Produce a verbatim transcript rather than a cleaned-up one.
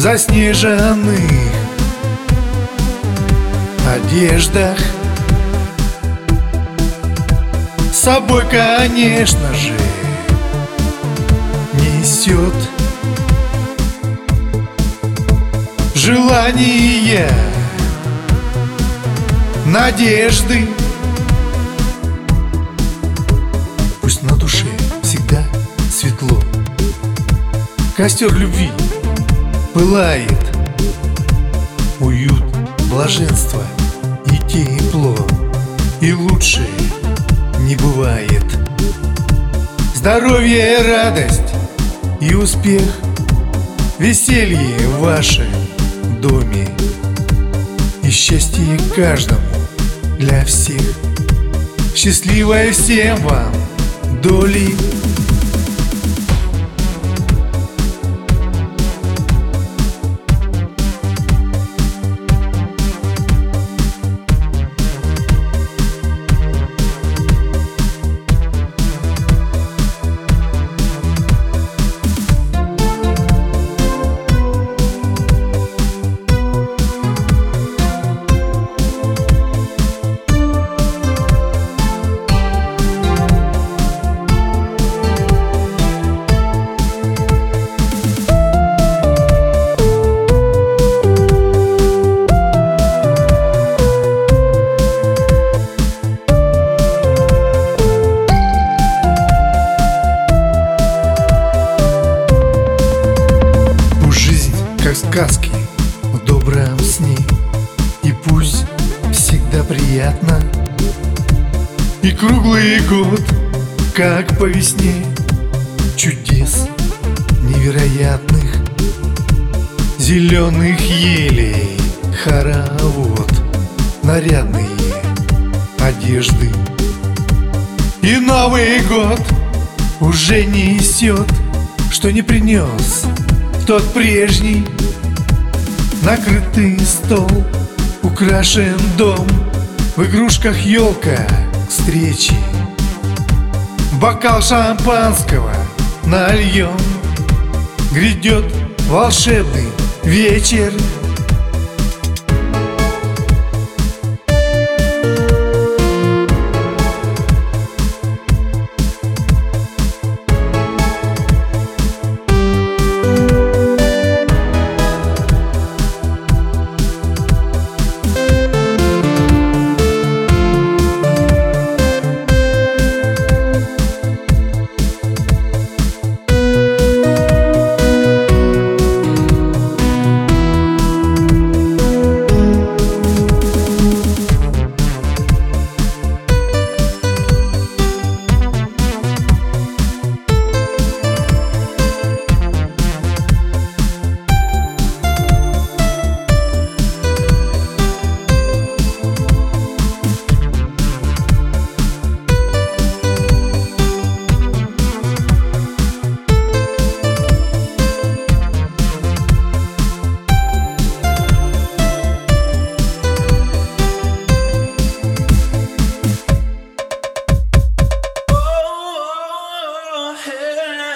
заснеженных одеждах. С собой, конечно же, несет желания, надежды. Пусть на душе всегда светло, костер любви пылает, уют, блаженство и тепло, и лучше не бывает. Здоровье, радость и успех, веселье в вашем доме и счастье каждому для всех. Счастливой всем вам доли. Как сказки в добром сне, и пусть всегда приятно, и круглый год, как по весне, чудес невероятных, зеленых елей хоровод, нарядные одежды. И Новый год уже несет, что не принес тот прежний. Накрытый стол, украшен дом, в игрушках елка к встрече. Бокал шампанского нальем, грядет волшебный вечер. Hey.